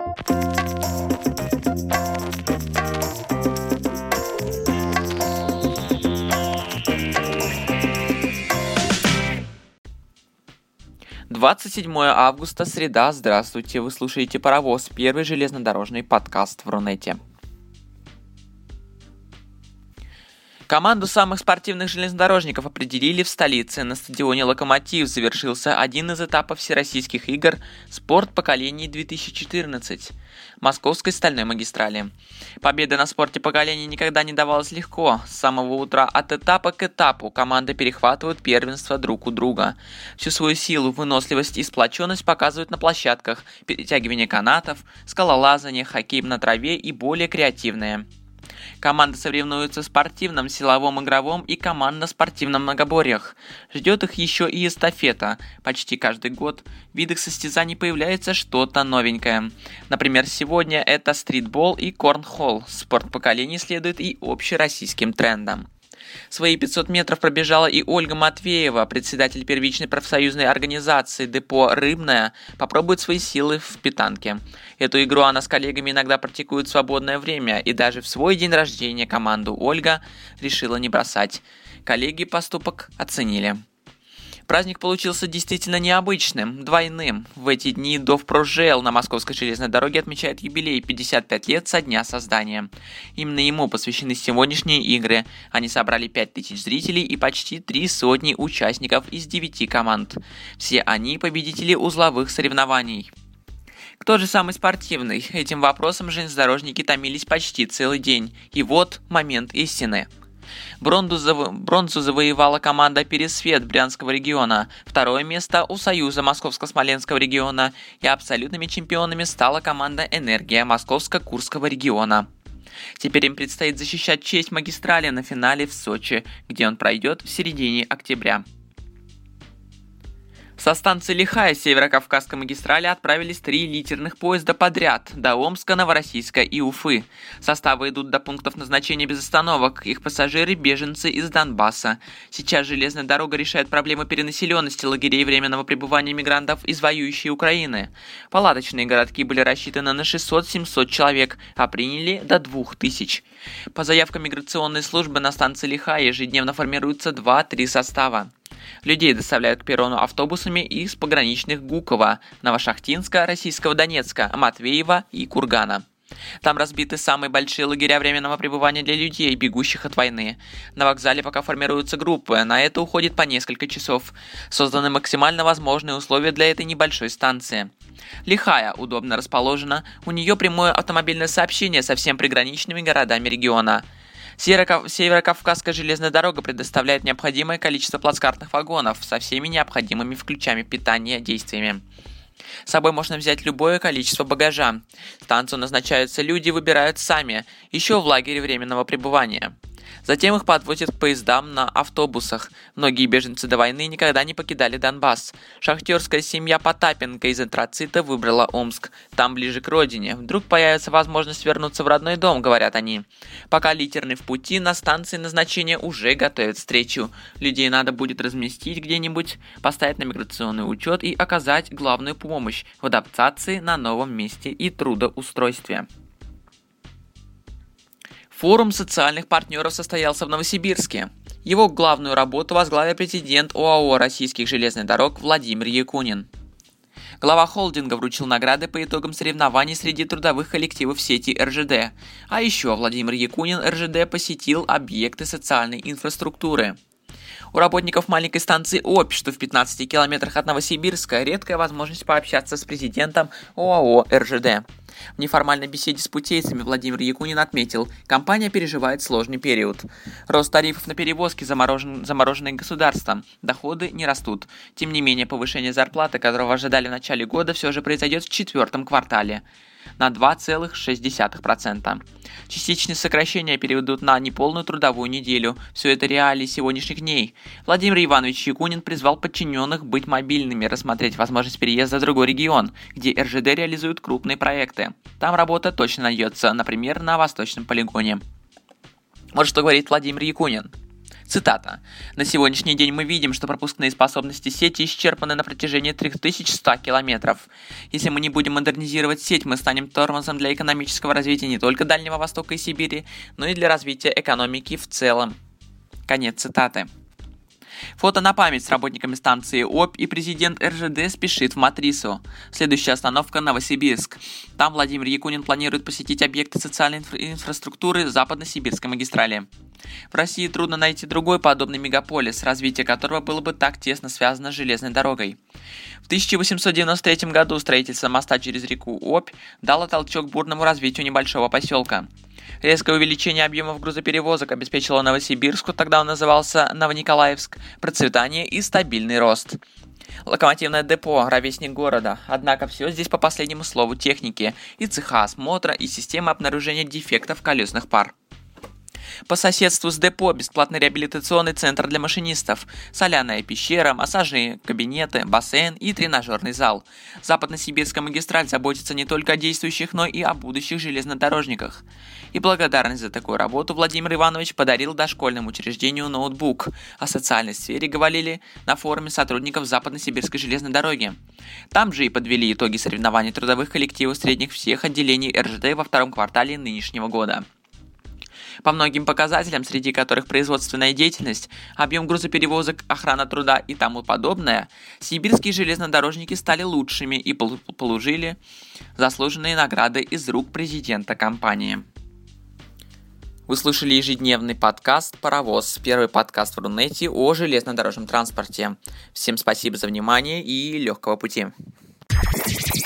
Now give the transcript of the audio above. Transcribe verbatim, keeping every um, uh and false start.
двадцать седьмое августа, среда. Здравствуйте, вы слушаете «Паровоз», первый железнодорожный подкаст в Рунете. Команду самых спортивных железнодорожников определили в столице. На стадионе «Локомотив» завершился один из этапов Всероссийских игр «Спорт поколений-две тысячи четырнадцать» Московской стальной магистрали. Победа на спорте поколений никогда не давалась легко. С самого утра от этапа к этапу команды перехватывают первенство друг у друга. Всю свою силу, выносливость и сплоченность показывают на площадках перетягивание канатов, скалолазание, хоккей на траве и более креативные. Команды соревнуются в спортивном, силовом, игровом и командно-спортивном многоборьях. Ждет их еще и эстафета. Почти каждый год в видах состязаний появляется что-то новенькое. Например, сегодня это стритбол и корнхолл. Спорт поколений следует и общероссийским трендам. Свои пятьсот метров пробежала и Ольга Матвеева, председатель первичной профсоюзной организации «Депо Рыбное», попробует свои силы в питанке. Эту игру она с коллегами иногда практикует в свободное время, и даже в свой день рождения команду Ольга решила не бросать. Коллеги поступок оценили. Праздник получился действительно необычным, двойным. В эти дни Довпрожел на Московской железной дороге отмечает юбилей пятьдесят пять лет со дня создания. Именно ему посвящены сегодняшние игры. Они собрали пять тысяч зрителей и почти три сотни участников из девяти команд. Все они победители узловых соревнований. Кто же самый спортивный? Этим вопросом железнодорожники томились почти целый день. И вот момент истины. Бронзу, зав... Бронзу завоевала команда «Пересвет» Брянского региона, второе место у «Союза» Московско-Смоленского региона, и абсолютными чемпионами стала команда «Энергия» Московско-Курского региона. Теперь им предстоит защищать честь магистрали на финале в Сочи, где он пройдет в середине октября. Со станции Лихая Северо-Кавказской магистрали отправились три литерных поезда подряд до Омска, Новороссийска и Уфы. Составы идут до пунктов назначения без остановок. Их пассажиры – беженцы из Донбасса. Сейчас железная дорога решает проблемы перенаселенности лагерей временного пребывания мигрантов из воюющей Украины. Палаточные городки были рассчитаны на шестьсот-семьсот человек, а приняли до двух тысяч. По заявкам миграционной службы на станции Лихая ежедневно формируются два-три состава. Людей доставляют к перрону автобусами из пограничных Гуково, Новошахтинска, Российского Донецка, Матвеева и Кургана. Там разбиты самые большие лагеря временного пребывания для людей, бегущих от войны. На вокзале пока формируются группы, на это уходит по несколько часов. Созданы максимально возможные условия для этой небольшой станции. Лихая удобно расположена, у нее прямое автомобильное сообщение со всеми приграничными городами региона. Северо-Кавказская железная дорога предоставляет необходимое количество плацкартных вагонов со всеми необходимыми ключами питания действиями. С собой можно взять любое количество багажа. Станцию назначаются люди выбирают сами, еще в лагере временного пребывания. Затем их подвозят к поездам на автобусах. Многие беженцы до войны никогда не покидали Донбасс. Шахтерская семья Потапенко из антрацита выбрала Омск. Там ближе к родине. Вдруг появится возможность вернуться в родной дом, говорят они. Пока литерный в пути, на станции назначения уже готовят встречу. Людей надо будет разместить где-нибудь, поставить на миграционный учет и оказать главную помощь в адаптации на новом месте и трудоустройстве. Форум социальных партнеров состоялся в Новосибирске. Его главную работу возглавил президент ОАО «Российских железных дорог» Владимир Якунин. Глава холдинга вручил награды по итогам соревнований среди трудовых коллективов сети эр жэ дэ. А еще Владимир Якунин эр жэ дэ посетил объекты социальной инфраструктуры. У работников маленькой станции Обь, что в пятнадцати километрах от Новосибирска, редкая возможность пообщаться с президентом ОАО эр жэ дэ. В неформальной беседе с путейцами Владимир Якунин отметил, компания переживает сложный период. Рост тарифов на перевозки заморожен, замороженные государством, доходы не растут. Тем не менее, повышение зарплаты, которого ожидали в начале года, все же произойдет в четвертом квартале на два целых шесть десятых процента. Частичные сокращения переведут на неполную трудовую неделю. Все это реалии сегодняшних дней. Владимир Иванович Якунин призвал подчиненных быть мобильными, рассмотреть возможность переезда в другой регион, где эр жэ дэ реализует крупные проекты. Там работа точно найдется, например, на Восточном полигоне. Вот что говорит Владимир Якунин. Цитата. «На сегодняшний день мы видим, что пропускные способности сети исчерпаны на протяжении три тысячи сто километров. Если мы не будем модернизировать сеть, мы станем тормозом для экономического развития не только Дальнего Востока и Сибири, но и для развития экономики в целом». Конец цитаты. Фото на память с работниками станции Обь, и президент эр жэ дэ спешит в Матрису. Следующая остановка – Новосибирск. Там Владимир Якунин планирует посетить объекты социальной инфра- инфраструктуры Западно-Сибирской магистрали. В России трудно найти другой подобный мегаполис, развитие которого было бы так тесно связано с железной дорогой. В тысяча восемьсот девяносто третьем году строительство моста через реку Обь дало толчок бурному развитию небольшого поселка. Резкое увеличение объемов грузоперевозок обеспечило Новосибирску, тогда он назывался Новониколаевск, процветание и стабильный рост. Локомотивное депо – ровесник города, однако все здесь по последнему слову техники, и цеха осмотра, и система обнаружения дефектов колесных пар. По соседству с депо бесплатный реабилитационный центр для машинистов, соляная пещера, массажные кабинеты, бассейн и тренажерный зал. Западно-Сибирская магистраль заботится не только о действующих, но и о будущих железнодорожниках. И благодарность за такую работу Владимир Иванович подарил дошкольному учреждению ноутбук. О социальной сфере говорили на форуме сотрудников Западно-Сибирской железной дороги. Там же и подвели итоги соревнований трудовых коллективов средних всех отделений эр жэ дэ во втором квартале нынешнего года. По многим показателям, среди которых производственная деятельность, объем грузоперевозок, охрана труда и тому подобное, сибирские железнодорожники стали лучшими и получили заслуженные награды из рук президента компании. Вы слушали ежедневный подкаст «Паровоз», первый подкаст в Рунете о железнодорожном транспорте. Всем спасибо за внимание и легкого пути.